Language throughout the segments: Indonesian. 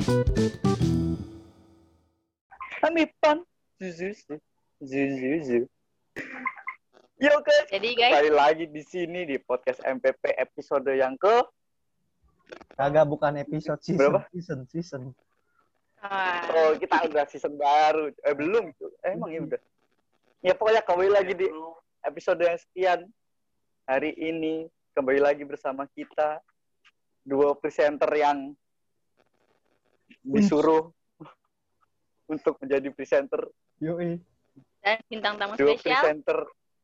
Hamipan. Zuzu. Yo guys, Jadi guys, kembali lagi di sini di podcast MPP episode yang ke Kagak, bukan episode, berapa? season. Oh, kita udah season baru. Belum. Emang ya udah. Ya pokoknya kembali lagi di episode yang sekian. Hari ini kembali lagi bersama kita dua presenter yang disuruh untuk menjadi presenter. Yoi. dan bintang tamu Dua spesial. presenter.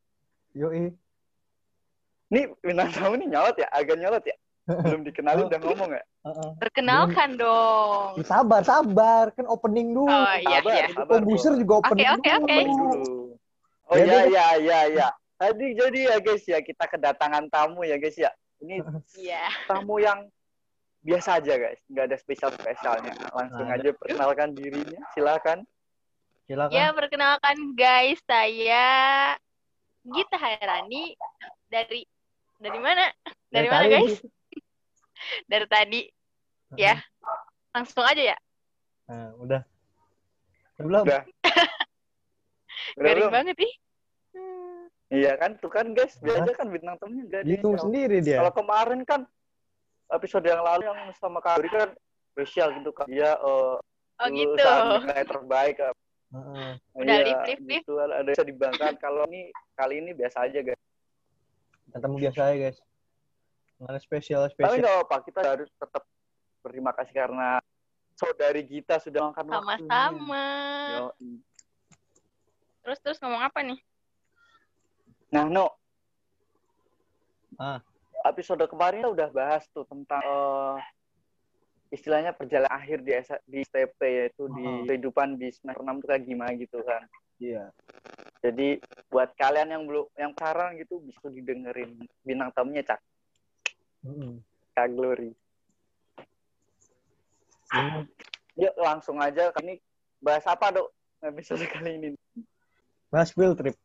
Nih bintang tamu nih nyolot ya, agak nyolot ya. Belum dikenalin udah ngomong ya. Perkenalkan dong. Sabar, kan opening dulu. Oh iya Sabar, iya. sabar, Komposer Bro. juga opening Oke. dulu. Oh Ya, iya. Tadi jadi ya guys ya, kita kedatangan tamu ya guys ya. Ini Iya. tamu yang biasa aja guys, nggak ada spesialnya. Langsung Nah, aja perkenalkan dirinya, silakan. Silakan. Ya, perkenalkan guys, saya Gita Hairani dari mana? Dari mana tadi. guys? Dari tadi. Ya. Langsung aja ya. Nah, udah. Belum. Udah Garing belum? banget nih. Iya kan, tuh kan guys, biasa kan bintang tamunya nggak ada. Hitung sendiri dia. Kalau kemarin kan episode yang lalu yang sama Kak Auri kan spesial gitu kan. Dia Oh gitu. lulusan nilai terbaik. Udah Iya, lift. gitu, ada yang bisa dibanggakan. Kalau ini kali ini biasa aja guys. Ketemu biasa ya, guys. Nggak ada spesial. Tapi nggak apa-apa, kita harus tetap berterima kasih karena saudari kita sudah makan waktunya. Sama-sama. Yo. Terus ngomong apa nih? Nah, episode kemarin kita udah bahas tuh tentang istilahnya perjalanan akhir di STP, yaitu di kehidupan di semester 6 itu kayak gimana gitu kan. Iya. Jadi buat kalian yang sekarang gitu bisa didengerin bintang tamunya Kak Glory. Yuk langsung aja, ini bahas apa Dok episode kali ini? Bahas field trip.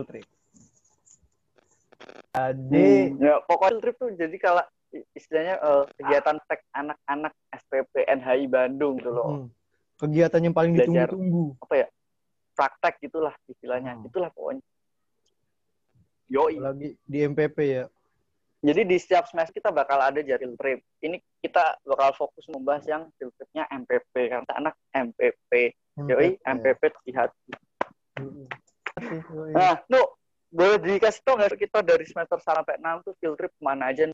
Jadi ya pokoknya field trip tuh jadi kalau istilahnya kegiatan tek anak-anak SPP NHI Bandung gitu loh. kegiatan yang paling Belajar. ditunggu-tunggu. Apa ya? Praktek gitulah istilahnya. Itulah pokoknya. Yoi. Apalagi di MPP ya. Jadi di setiap semester kita bakal ada field trip. Ini kita bakal fokus membahas yang field tripnya MPP karena anak MPP. Yoi, MPP lihat. Nah, boleh dikasih tau nggak kita dari semester 1 sampai 6 tuh field trip mana aja?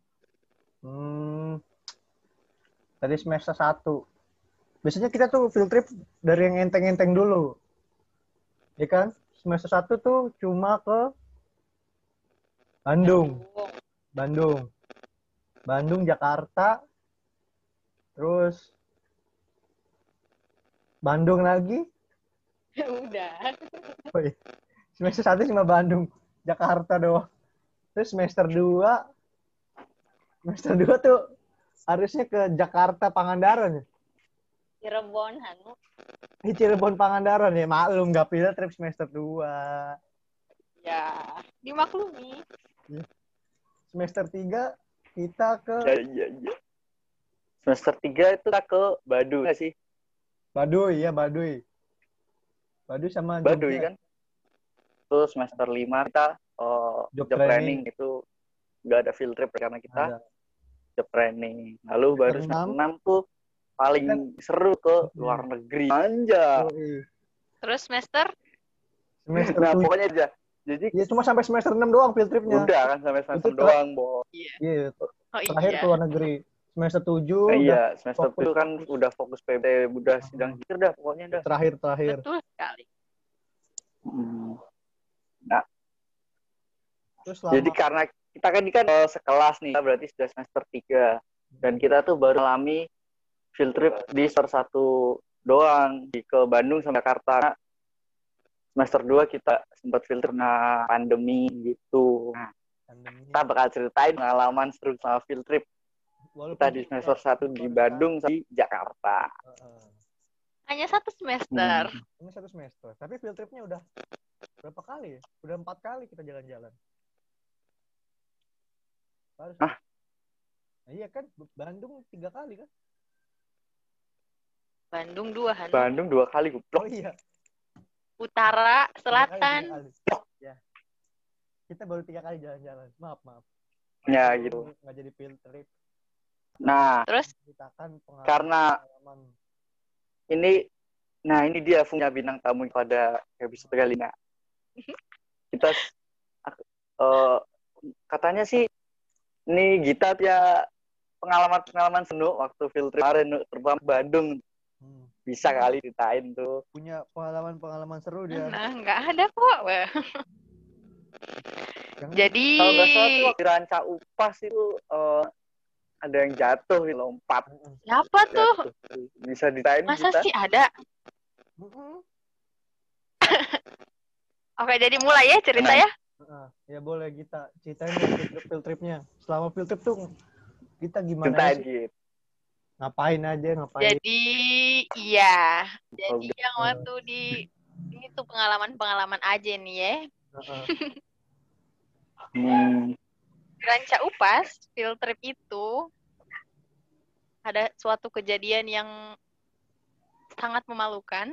Tadi semester 1. Biasanya kita tuh field trip dari yang enteng-enteng dulu. Ya kan? Semester 1 tuh cuma ke Bandung, Jakarta, terus Bandung lagi. Udah. Oh iya. Semester 1 cuma Bandung, Jakarta doang. Terus semester 2 tuh harusnya ke Jakarta Pangandaran ya. Cirebon Pangandaran ya, maklum nggak field trip semester 2. Ya, dimaklumi. Semester 3 kita ke Iya. Semester 3 itu kita ke Baduy nggak sih? Baduy sama Baduy Jogja. kan? Terus semester 5 kita job training itu nggak ada field trip karena kita job training. Lalu baru semester 6 tuh paling seru ke luar negeri. Anjay. Terus semester Nah, pokoknya aja. Jadi ya cuma sampai semester 6 doang field tripnya. udah kan sampai semester doang, Bo. Iya. Oh Terakhir iya. ke luar negeri. Semester 7 Iya, semester 7 kan udah fokus PB, udah sidang akhir dah pokoknya dah. Terakhir. Betul sekali. Nah, Terus jadi karena kita kan ini kan sekelas nih, berarti sudah semester 3. Dan kita tuh baru alami field trip di semester 1 doang, ke Bandung sama Jakarta. Semester 2 kita sempat field trip karena pandemi gitu. Nah, kita bakal ceritain pengalaman seru sama field trip. Kita di semester 1 di Bandung sama di Jakarta. Hanya 1 semester. Ini 1 semester. Tapi field tripnya udah berapa kali ya? Udah 4 kali kita jalan-jalan. Nah, iya kan? Bandung 3 kali kan? Bandung 2, Han. Bandung 2 kali Oh goblok. iya. Utara, 3 selatan. kali. Ya. Kita baru 3 kali jalan-jalan. Maaf. Ya, Aku gitu. nggak jadi field trip. Nah, Terus Ceritakan karena pengalaman. ini dia punya bintang tamu pada episode kali ini. Kita katanya sih ini Gita ya pengalaman seru waktu field trip kemarin terbang Bandung. Bisa kali ceritain tuh. Punya pengalaman seru dia. nah, nggak ada kok. Jadi Kalau nggak salah tuh waktu di Ranca Upas itu ada yang jatuh lompat. siapa tuh? Bisa ceritain Masa kita? sih ada? Oke, jadi mulai ya cerita ya. Ya boleh kita ceritain field tripnya. Selama field trip tuh kita gimana Ceritain sih? gitu. Ngapain? Jadi iya. Jadi yang waktu ini tuh pengalaman aja nih ya. Ranca Upas field trip itu ada suatu kejadian yang sangat memalukan.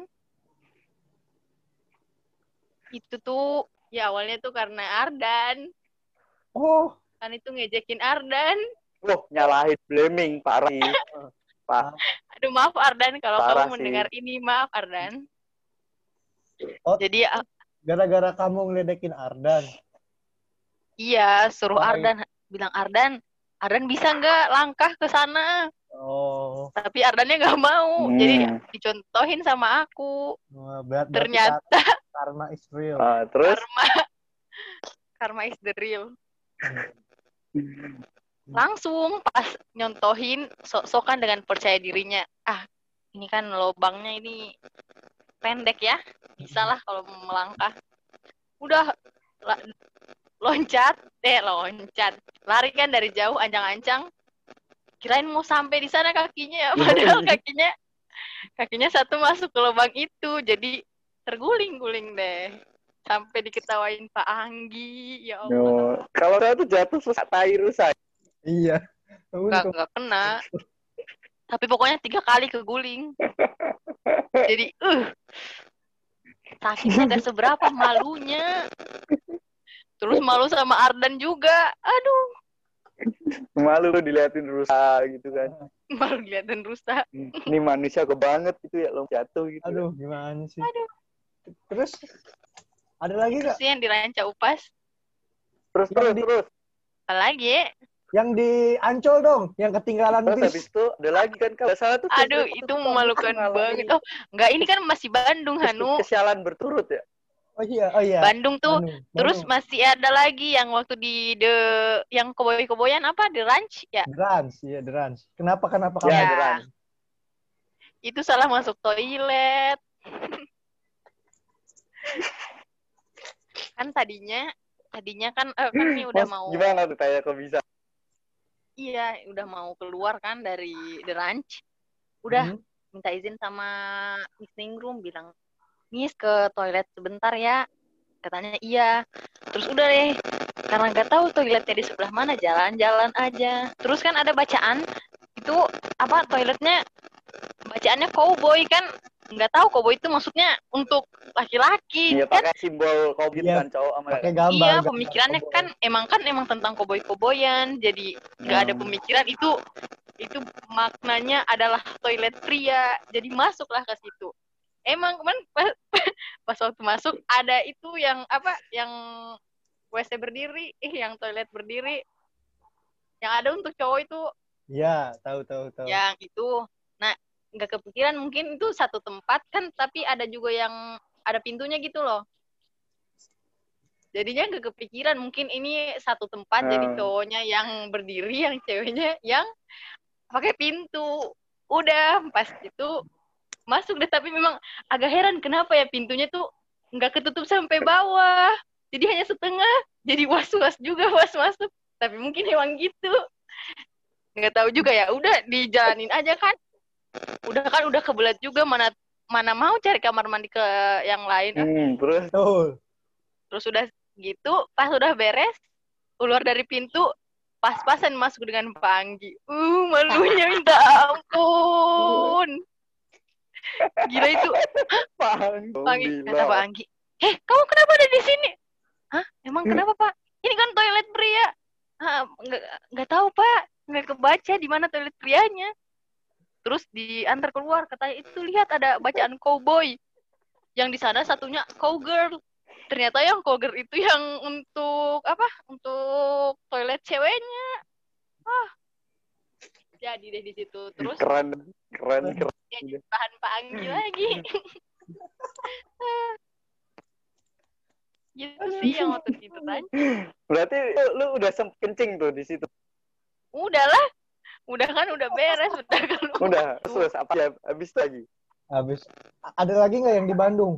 Itu tuh ya awalnya tuh karena Ardan. Oh. Kan itu ngejekin Ardan. Nyalahin blaming parah nih. Aduh maaf Ardan kalau parah kamu mendengar ini, maaf Ardan. Oh, jadi gara-gara kamu ngeledekin Ardan. Iya, suruh Ardan bilang Ardan bisa nggak langkah ke sana? Oh. Tapi Ardannya nggak mau. Jadi dicontohin sama aku. Ternyata karma is real. Terus karma is the real. Langsung pas nyontohin sok-sokan dengan percaya dirinya. Ini kan lobangnya ini pendek ya. Bisa lah kalau melangkah. Udah loncat. Lari kan dari jauh ancang-ancang. Kirain mau sampai di sana kakinya ya. Padahal kakinya satu masuk ke lubang itu. Jadi terguling-guling deh. Sampai diketawain Pak Anggi. Ya Allah. Kalau saya tuh jatuh terus tai rusak. Iya. Nggak kena. Tapi pokoknya 3 kali keguling. Jadi, sakitnya gak seberapa, malunya. Terus malu sama Ardan juga. Aduh. Malu diliatin rusak gitu kan. Malu diliatin rusak. Ini manusia kebanget gitu ya, lo jatuh gitu. Aduh, gimana sih? Aduh. Terus ada lagi nggak? Terus yang di Ranca Upas. Terus. Apa lagi? Yang di Ancol dong, yang ketinggalan bis. Habis itu ada lagi kan kalau salah tuh. Aduh, itu memalukan banget. Oh, enggak, ini kan masih Bandung, Hanu. Kesialan berturut ya. Oh iya. Bandung tuh. Terus masih ada lagi yang waktu di yang koboy-koboyan apa? The Ranch ya? The Ranch. Kenapa kamu? Ya, The Ranch. Itu salah masuk toilet. Kan tadinya kan ini udah mau. Gimana tuh kayak kok bisa? Iya, udah mau keluar kan dari The Ranch. Udah minta izin sama listening room, bilang, "Miss, ke toilet sebentar ya." Katanya iya. Terus udah deh, karena nggak tahu toiletnya di sebelah mana, jalan-jalan aja. Terus kan ada bacaan, itu apa toiletnya, bacaannya cowboy kan. Nggak tahu cowboy itu maksudnya untuk laki-laki. Iya, kan? Pakai simbol cowboy kan cowok sama. Pakai gambar. Iya, pemikirannya kan emang tentang cowboy-cowboyan. Jadi nggak ada pemikiran itu maknanya adalah toilet pria. Jadi masuklah ke situ. Emang kan pas waktu masuk ada itu yang WC berdiri, yang toilet berdiri. Yang ada untuk cowok itu. Iya, tahu. Yang itu. Nah, nggak kepikiran mungkin itu satu tempat kan, tapi ada juga yang ada pintunya gitu loh. Jadinya nggak kepikiran mungkin ini satu tempat, jadi cowoknya yang berdiri, yang ceweknya yang pakai pintu. Udah pas itu masuk deh, tapi memang agak heran kenapa ya pintunya tuh nggak ketutup sampai bawah, jadi hanya setengah. Jadi was-was juga pas masuk, tapi mungkin emang gitu, nggak tahu juga ya. Udah dijalanin aja kan. Udah kebelet juga, mana mau cari kamar mandi ke yang lain. Terus udah gitu, pas udah beres, keluar dari pintu, pas-pasan masuk dengan Pak Anggi. Malunya minta ampun. Gila itu. Pak Anggi, gila. kata Pak Anggi. Kamu kenapa ada di sini? Hah? Emang kenapa, Pak? Ini kan toilet pria. Nggak tahu, Pak. Nggak kebaca di mana toilet prianya. Terus diantar keluar, katanya itu lihat ada bacaan cowboy. Yang di sana satunya cowgirl. Ternyata yang cowgirl itu yang untuk apa? Untuk toilet ceweknya. Jadi deh di situ. Terus Keren. jadi bahan Pak Anggi lagi. Gitu sih yang waktu itu tanya. Berarti lu udah sempet kencing tuh di situ. Udahlah. Udah kan udah beres, udah keluar. Udah, terus apa ya habis lagi? Habis. Ada lagi nggak yang di Bandung?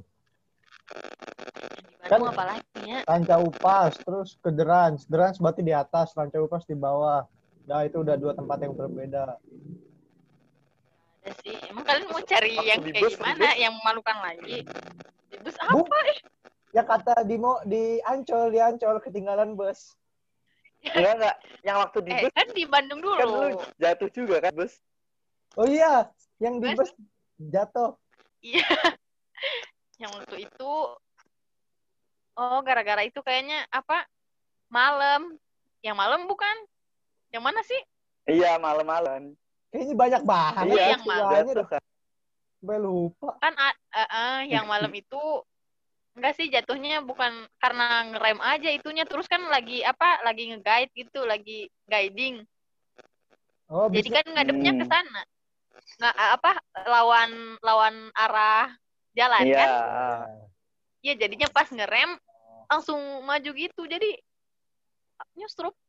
Di Bandung apa lagi ya? Ranca Upas, terus ke Derans. Derans berarti di atas, Ranca Upas di bawah. Nah, itu udah 2 tempat yang berbeda. Ada sih. Emang kalian mau cari yang Di kayak bus, gimana? Yang memalukan lagi? Di bus apa? Ya kata di Ancol ketinggalan bus. Enggak. Yang waktu di bus Kan di Bandung dulu. kan lu jatuh juga kan bus? Oh iya, yang di bus jatuh. Iya. Yang waktu itu gara-gara itu kayaknya apa? Malam. Yang malam bukan? Yang mana sih? Iya, malam-malam. Kayaknya banyak banget. Iya, yang malam. jatuh kan. Gue lupa. Kan yang malam itu enggak sih jatuhnya bukan karena ngerem aja itunya, terus kan lagi nge-guide gitu, lagi guiding. Oh, jadi kan ngadepnya ke sana. Nggak lawan arah jalan kan? Iya, jadinya pas ngerem langsung maju gitu. Jadi nyustrup.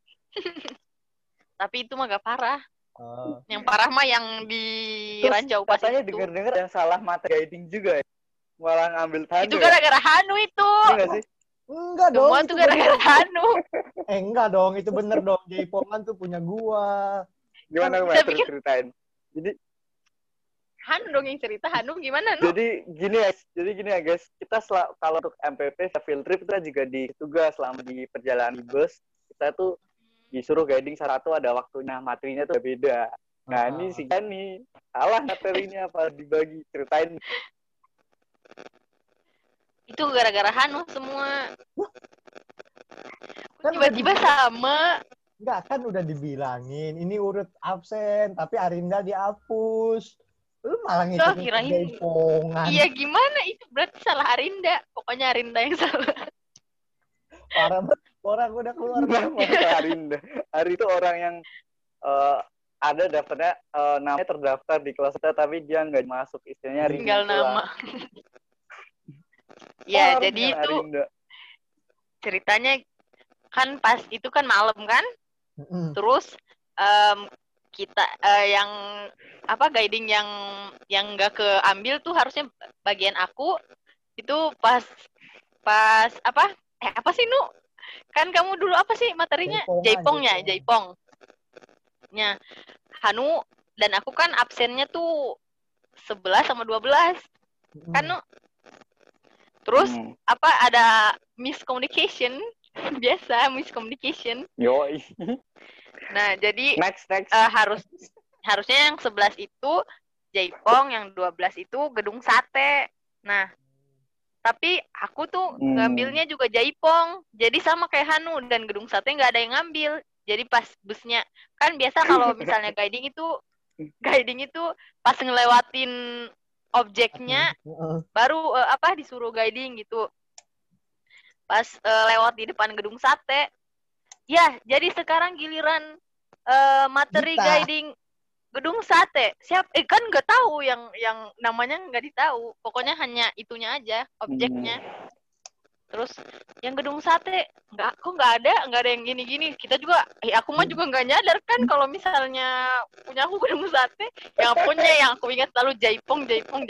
Tapi itu mah gak parah. Yang parah mah yang di Ranca Upas katanya itu. dengar-dengar yang salah mata guiding juga ya. Malah ngambil Hanu. Itu gara-gara Hanu itu. Enggak sih? Enggak dong. Semua tuh gara-gara Hanu. Enggak dong, itu bener dong. Jaipongan tuh punya gua. Gimana ceritain? Jadi Hanu dong yang cerita. Hanu gimana, Nu? Jadi gini ya guys, kita kalau untuk MPP field trip kita juga ditugas selama di perjalanan bus, kita tuh disuruh guiding satu ada waktunya, materinya tuh beda. Nah, ini si Gani salah materinya apa dibagi, ceritain. Itu gara-gara Hanu semua. Kan Tiba-tiba sama. Enggak, kan udah dibilangin. Ini urut absen, tapi Arinda dihapus. Lu malah ngikutin Jaipongan. Iya, gimana? Itu berarti salah Arinda. Pokoknya Arinda yang salah. Parah banget. Orang udah keluar. Arinda. Ari itu orang yang ada daftarnya, namanya terdaftar di kelas kita, tapi dia nggak masuk. Istilahnya tinggal nama. Ya, jadi itu Arinda. Ceritanya kan pas itu kan malam kan, terus kita yang guiding yang nggak keambil tuh harusnya bagian aku itu pas apa sih, Nu? Kan kamu dulu apa sih materinya? Jaipongnya. Hanu dan aku kan absennya tuh 11 sama 12. Kan, Nu? Terus ada miscommunication. Biasa miscommunication. Yoi. Nah, jadi next. Harusnya yang 11 itu Jaipong, yang 12 itu Gedung Sate. Nah, tapi aku tuh ngambilnya juga Jaipong. Jadi sama kayak Hanu, dan Gedung Sate nggak ada yang ngambil. Jadi pas busnya, kan biasa kalau misalnya guiding itu pas ngelewatin objeknya baru disuruh guiding gitu. Pas lewat di depan Gedung Sate. Ya, jadi sekarang giliran materi guiding Gedung Sate. Kan nggak tahu yang namanya nggak ditahu. Pokoknya hanya itunya aja, objeknya. Terus yang Gedung Sate nggak ada yang gini-gini. Kita juga aku mah juga nggak nyadar kan kalau misalnya punya aku Gedung Sate. Yang aku ingat selalu Jaipong.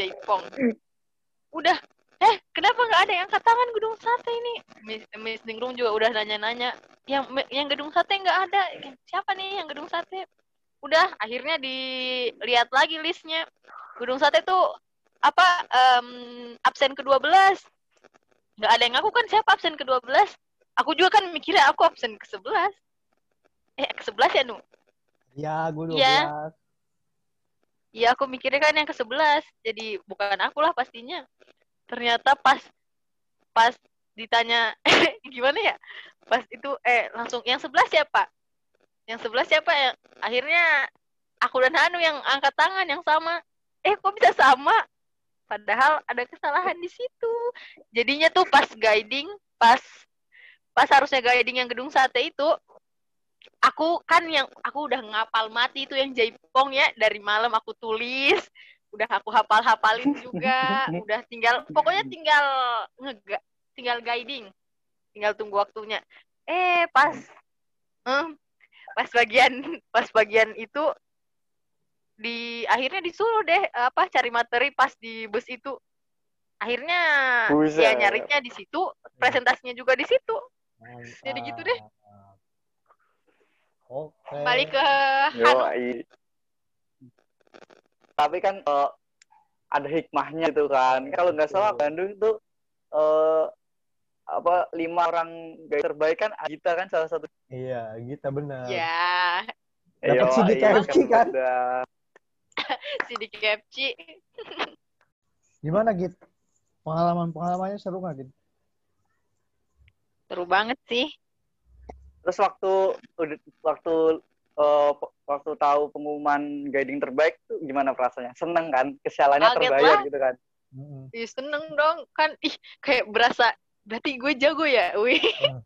Udah, kenapa nggak ada yang angkat tangan Gedung Sate ini? Miss Ningrung juga udah nanya-nanya. Yang Gedung Sate nggak ada. Siapa nih yang Gedung Sate? Udah, akhirnya dilihat lagi listnya. Gedung Sate tuh absen ke-12. Nggak ada yang ngaku kan siapa absen ke-12. Aku juga kan mikirnya aku absen ke-11. Ke-11 ya, Nu? Iya, gue 12. Iya, aku mikirnya kan yang ke-11. Jadi bukan aku lah pastinya. Ternyata pas ditanya gimana ya? Pas itu langsung yang 11 siapa? Yang 11 siapa ya? Akhirnya aku dan Hanu yang angkat tangan yang sama. Kok bisa sama? Padahal ada kesalahan di situ. Jadinya tuh pas guiding, pas harusnya guiding yang gedung sate itu, aku udah ngapal mati itu yang jaipong ya, dari malam aku tulis, udah aku hafalin juga, udah pokoknya tinggal guiding, tinggal tunggu waktunya. Pas bagian itu akhirnya disuruh deh cari materi pas di bus itu. Akhirnya ya nyarinya di situ, presentasinya juga di situ. Jadi gitu deh. Oke. Balik ke Hanu. Tapi kan ada hikmahnya itu kan. Kalau nggak salah Bandung itu 5 orang guide terbaik kan Agita kan salah satu. Iya, Agita benar. Ya. Dapat CD KFC kan? CD KFC. Gimana Git? Pengalamannya seru nggak Git? Seru banget sih. Terus waktu tahu pengumuman guiding terbaik tuh gimana perasaannya? Seneng kan? Kesialannya terbayar gitu kan? Ih, seneng dong kan. Kayak berarti gue jago ya. Wih.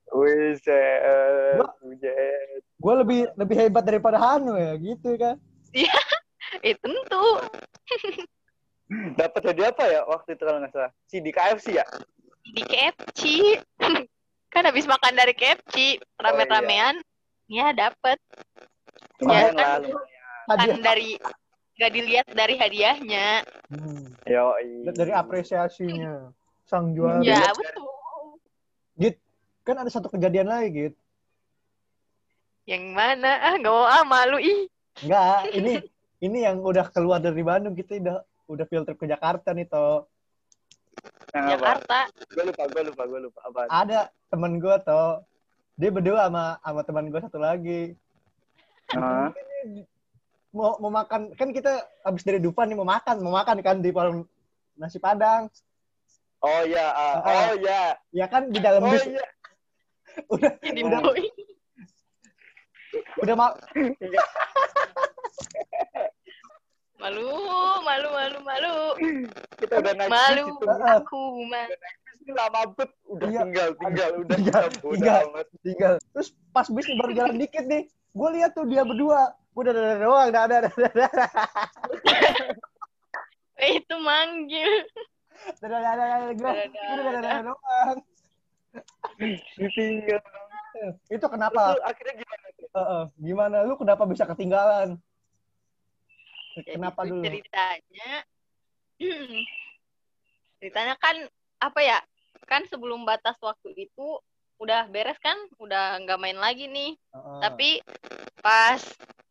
Gue lebih hebat daripada Hanu ya, gitu kan? Iya, tentu. Dapat jadi apa ya waktu itu kalau nggak salah? CD KFC ya? CD KFC. Kan habis makan dari KFC, rame-ramean. Ya, dapat. Ya kan, dari nggak dilihat dari hadiahnya. Dari apresiasinya sang juara. Ya, betul. Git, kan ada satu kejadian lagi, Git. Yang mana? Nggak mau malu ih. Enggak, ini yang udah keluar dari Bandung, kita udah field trip ke Jakarta nih, Toh. Jakarta. Gue lupa. Apa? Ada temen gue, Toh. Dia berdua sama teman gue satu lagi. Mau makan, kan kita habis dari Dufan nih mau makan kan di warung nasi Padang. Oh iya, Ya kan di dalam bis. Iya. Udah malu. Kita udah naik malu bis itu. Aku lama bet udah tinggal. Terus pas bis baru jalan dikit nih, gue lihat tuh dia berdua. Udah doang, ada. Itu manggil. Udah doang. Ditinggal. Itu kenapa? Itu akhirnya gimana? Gimana? Lu kenapa bisa ketinggalan? Kenapa dulu? Ceritanya kan apa ya? Kan sebelum batas waktu itu udah beres kan? Udah nggak main lagi nih. Tapi pas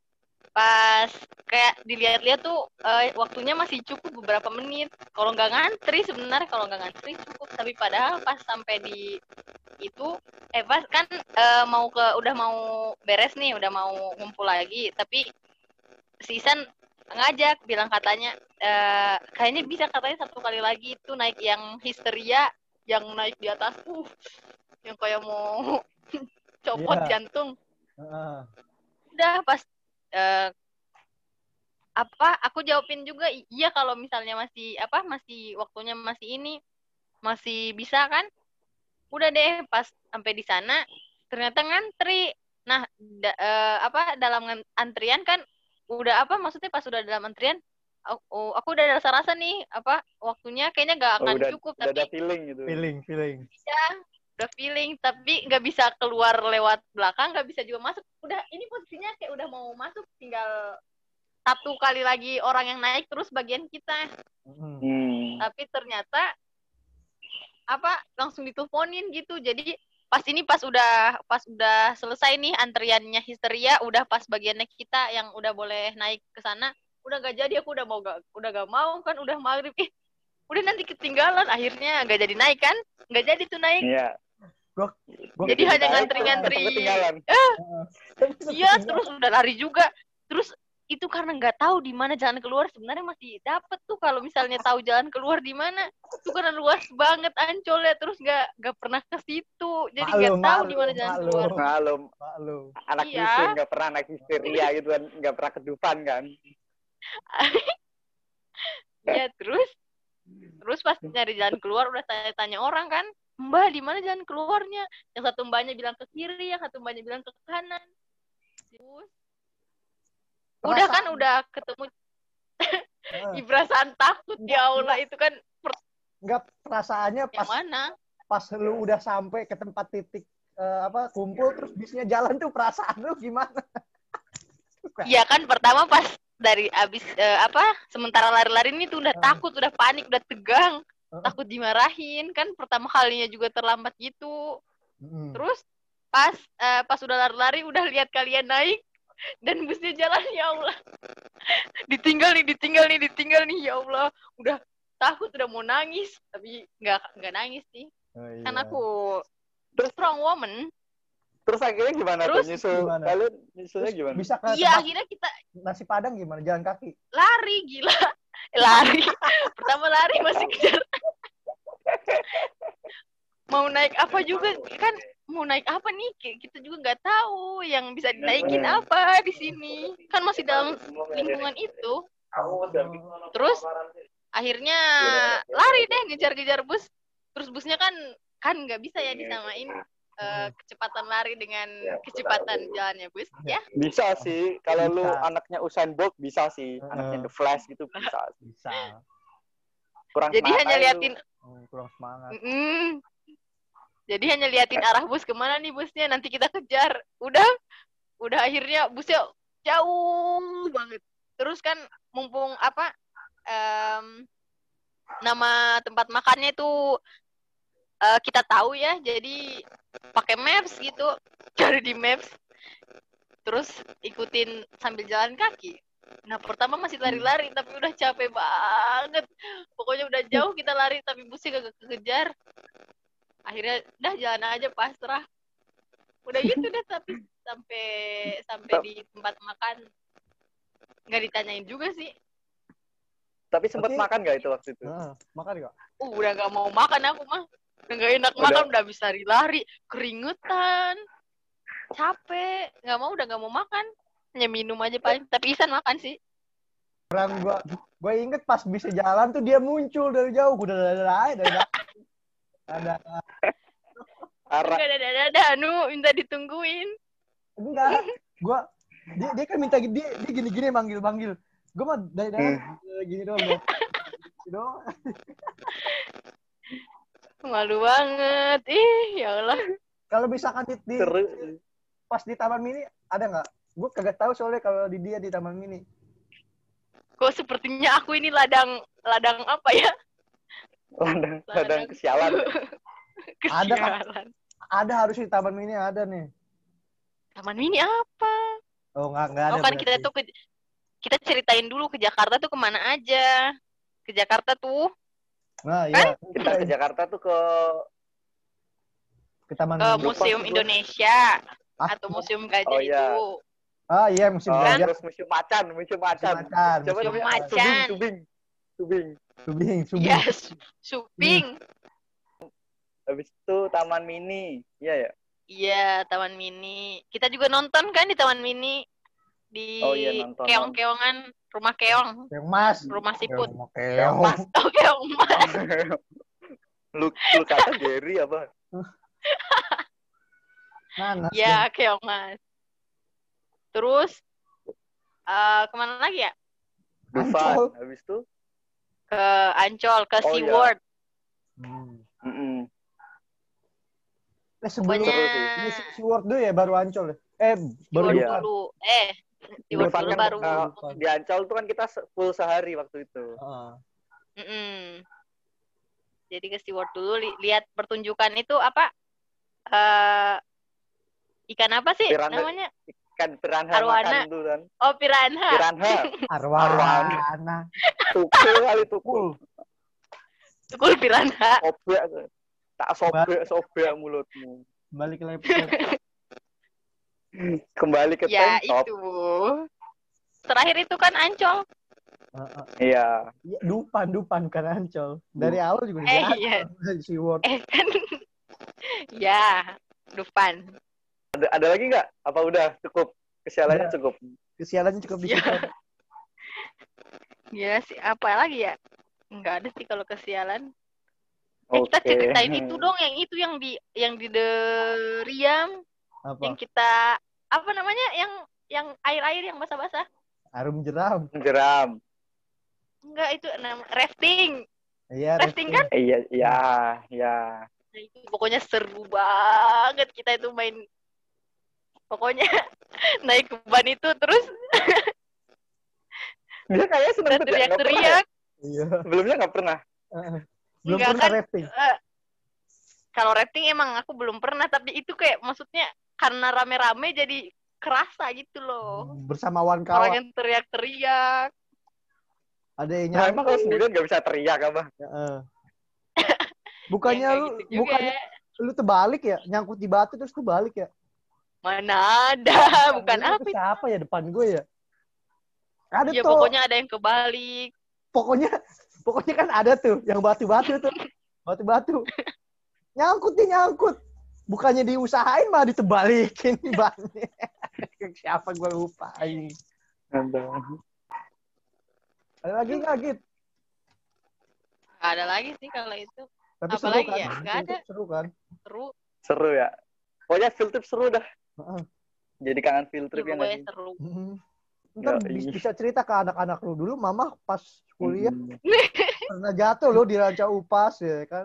kayak dilihat-lihat tuh waktunya masih cukup beberapa menit. Kalau nggak ngantri sebenarnya cukup. Tapi padahal pas sampai di itu pas kan udah mau beres nih, udah mau ngumpul lagi. Tapi Sisan ngajak bilang katanya kayaknya bisa katanya satu kali lagi itu naik yang histeria, yang naik di atas yang kayak mau copot jantung. Udah pas aku jawabin juga iya kalau misalnya masih waktunya masih bisa kan. Udah deh pas sampai di sana ternyata ngantri. Nah, dalam antrian kan udah maksudnya pas udah dalam antrian aku udah ada rasa nih waktunya kayaknya gak akan cukup, udah tapi ada feeling gitu. Feeling. Ya, udah feeling tapi nggak bisa keluar lewat belakang, nggak bisa juga masuk. Udah ini posisinya kayak udah mau masuk, tinggal satu kali lagi orang yang naik terus bagian kita. Tapi ternyata langsung diteleponin gitu. Jadi pas udah selesai nih antriannya histeria, udah pas bagiannya kita yang udah boleh naik ke sana, udah gak jadi. Aku udah gak mau kan, udah maghrib. Udah nanti ketinggalan, akhirnya gak jadi naik kan. Gak jadi tuh naik. Iya. Jadi hanya ngantri. Iya, terus udah lari juga. Terus itu karena nggak tahu di mana jalan keluar. Sebenarnya masih dapet tuh kalau misalnya tahu jalan keluar di mana. Itu karena luas banget Ancol ya, terus nggak pernah ke situ, jadi nggak tahu di mana jalan keluar. Maklum. Anak Iya. dusun nggak pernah anak histeria gitu kan, nggak pernah ke Dufan kan. Ya terus pas nyari jalan keluar udah tanya-tanya orang kan, Mbak di mana jalan keluarnya? Yang satu mbaknya bilang ke kiri, yang satu mbaknya bilang ke kanan. Terus udah kan udah ketemu. Perasaan takut ya Allah itu kan. Enggak, perasaannya Yang mana? Pas lu udah sampai ke tempat titik kumpul terus bisnya jalan tuh perasaan lu gimana? Iya kan pertama pas dari abis sementara lari-lari ini tuh udah takut, udah panik, udah tegang, takut dimarahin kan, pertama kalinya juga terlambat gitu. Terus pas udah lari-lari udah lihat kalian naik dan busnya jalan, ya Allah. ditinggal nih ya Allah. Udah takut, udah mau nangis, tapi nggak nangis sih. Iya. Kan aku strong woman. Terus akhirnya gimana tuh nyusul? Gimana? Kalian nyusulnya gimana? Bisa ke Iya, akhirnya kita nasi Padang gimana? Jalan kaki? lari, gila. Lari. Pertama lari masih kejar. Mau naik apa juga kan, mau naik apa nih? Kita juga nggak tahu yang bisa dinaikin apa di sini. Kan masih dalam lingkungan itu. Terus akhirnya lari deh ngejar-ngejar bus. Terus busnya kan nggak bisa ya disamain kecepatan lari dengan kecepatan jalannya bus ya. Bisa sih, kalau lu Bisa. anaknya Usain Bolt bisa sih, anaknya The Flash gitu bisa. Bisa. Kurang Jadi semangat hanya aja liatin Kurang semangat. Jadi hanya liatin arah bus kemana nih busnya, nanti kita kejar. Udah akhirnya busnya jauh banget. Terus kan mumpung nama tempat makannya itu kita tahu ya, jadi pakai maps gitu, cari di maps, terus ikutin sambil jalan kaki. Nah pertama masih lari-lari tapi udah capek banget, pokoknya udah jauh kita lari tapi busnya gak kekejar. Akhirnya udah jalan aja pasrah, udah gitu deh. Tapi sampai di tempat makan nggak ditanyain juga sih. Tapi sempat makan gak itu waktu itu? Makan gak? Udah gak mau makan aku mah. Udah gak enak makan, udah habis lari-lari, keringetan, capek, udah gak mau makan. Hanya minum aja paling. Tapi Isan makan sih. Orang gue inget pas bisa jalan tuh dia muncul dari jauh. Udah ada. Enggak ada, minta ditungguin. Enggak. Dia kan minta dia gini manggil. Gue mah dari gini doang. Malu banget. Ya Allah. Kalau misalkan pas di Taman Mini ada nggak? Gue kagak tahu soalnya kalau di Taman Mini. Kok sepertinya aku ini ladang apa ya? Ladang kesialan. Kesialan. Ada harus di Taman Mini ada nih. Taman Mini apa? Oh nggak ada. Oh kan kita tuh kita ceritain dulu ke Jakarta tuh kemana aja. Ke Jakarta tuh. Nah iya. Kita ke Jakarta tuh ke Taman Mini. Museum Indonesia atau Museum Gajah itu. Ah iya, Museum Gajah. Terus Museum Macan. Coba Museum Macan. Tubing. Yes, Suping. Habis itu Taman Mini. Iya ya? Iya, Taman Mini. Kita juga nonton kan di Taman Mini. Di keong-keongan, rumah keong. Keong Mas. Rumah siput. Keong Mas. Oh, keong Mas. Lu kata Gary apa? Ya, keong Mas. Terus kemana lagi ya? Dufan. Habis itu ke Ancol, ke SeaWorld. Sebelumnya SeaWorld dulu ya, baru Ancol ya? Baru dulu. SeaWorld dulu baru. Di Ancol tuh kan kita full sehari waktu itu. Jadi ke SeaWorld dulu, lihat pertunjukan itu apa? Ikan apa sih namanya? Ikan piranha arwana. Makan dulu kan. Oh, piranha. Arwana. Tukul piranha. Tak sobek mulutmu. Balik ke laptop. Kembali ke ya tank top. Itu. terakhir itu kan Ancol. Iya. Ya, Dupan kan Ancol. Dari awal juga udah Iya. SeaWorld. Kan. Ya, Dufan. Ada lagi nggak? Apa udah cukup? Kesialannya cukup. Kesialannya cukup di situ. Ya sih, apa lagi ya? Enggak ada sih kalau kesialan. Kita Oke. ceritain itu dong, yang di The Riam, Apa? yang kita apa namanya, yang air-air yang basah-basah. Harum jeram. Jeram. Enggak, itu rafting. Iya, Rafting kan? Iya. Nah, itu pokoknya seru banget kita itu main. Pokoknya naik ke ban itu terus Dia kayaknya seneng banget ya. Nggak pernah ya? teriak-teriak. Iya. Sebelumnya nggak pernah. Belum Enggak pernah kan? rafting. Kalau rafting emang aku belum pernah, tapi itu kayak maksudnya karena rame-rame jadi kerasa gitu loh. Bersama Orang kawan-kawan. yang teriak-teriak. Ada yang Nah, emang kalau nyangkut. sendirian nggak bisa teriak apa? Bukannya Ya, nggak lu gitu juga. bukannya lu terbalik ya, nyangkut di batu terus terbalik ya? Mana ada, bukan Itu apa. siapa ya depan gue ya? Ada Ya tuh. pokoknya ada yang kebalik. Pokoknya kan ada tuh yang batu-batu tuh. Batu-batu. Nyangkut. Bukannya diusahain malah ditebalikin bannya. Siapa gue lupa ini. Ada lagi nggak, Git? Ada lagi sih kalau itu. Tapi Apa seru lagi kan? ya? Nggak ada. Seru kan? Seru. Seru ya. Pokoknya field trip seru dah. Heeh. Jadi kangen field Ya, trip yang pokoknya lagi. seru. Ntar Yoi. bisa cerita ke anak-anak lu dulu. Mama pas kuliah pernah jatuh lo di ranca upas ya kan?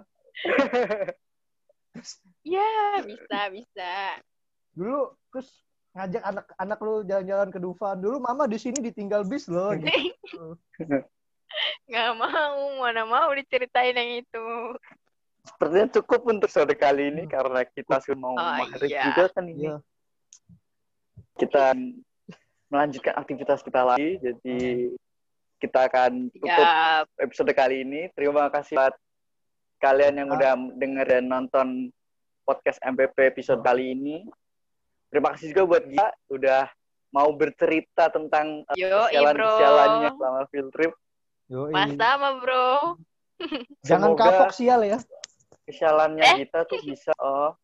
Ya, bisa. Dulu terus ngajak anak-anak lu jalan-jalan ke Dufan. Dulu mama di sini ditinggal bis loh. Gitu. Nggak mau, mana mau diceritain yang itu. Sepertinya cukup untuk episode kali ini karena kita sudah mau maghrib iya. juga kan ini. Iya. Kita melanjutkan aktivitas kita lagi. Jadi kita akan tutup Ya, episode kali ini. Terima kasih buat kalian yang udah denger dan nonton podcast MPP episode kali ini. Terima kasih juga buat Gia udah mau bercerita tentang kesialan-kesialannya selama field trip. sama bro. Jangan Semoga kapok sial ya. kesialannya kita tuh bisa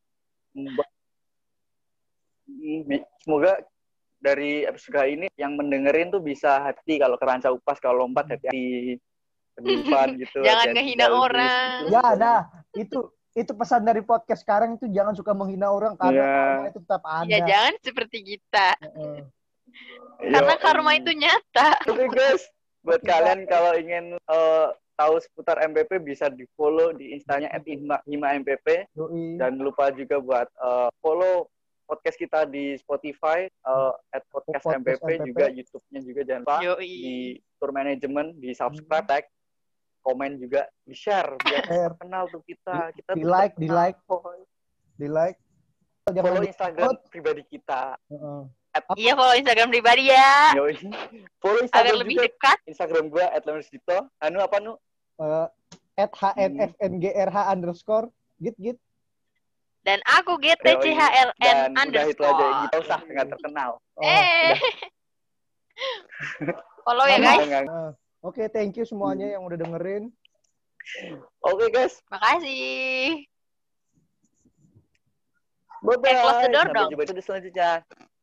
semoga dari episode kali ini yang mendengerin tuh bisa hati kalau ke ranca upas, kalau lompat hati-hati ke Dufan gitu. Jangan hati-hati ngehina tinggal bis, orang. gitu. Ya, nah itu pesan dari podcast sekarang itu jangan suka menghina orang karena karma itu tetap ada. Ya jangan seperti kita. Karena Yo, karma itu nyata. Oke guys, buat kalian kalau ingin tahu seputar MPP bisa di-follow di Instanya @hima_mpp. Dan lupa juga buat follow podcast kita di Spotify @podcast MPP, juga YouTube-nya juga jangan lupa. Di Tour Management, di subscribe, like, komen juga, di share biar kenal tuh kita di like. Follow Instagram pribadi kita. Iya, follow Instagram pribadi ya. Yoi. Follow Agar Instagram lebih juga. dekat. Instagram gue @leonardito. Anu apa nu? @hnfngrh_. Git. Dan aku GTCHLN Dan udah itu aja, _ kita usah nggak terkenal. Follow ya guys. Oke, thank you semuanya yang udah dengerin. Oke guys. Makasih. Bye-bye. Close the door Sampai dong. jumpa di selanjutnya.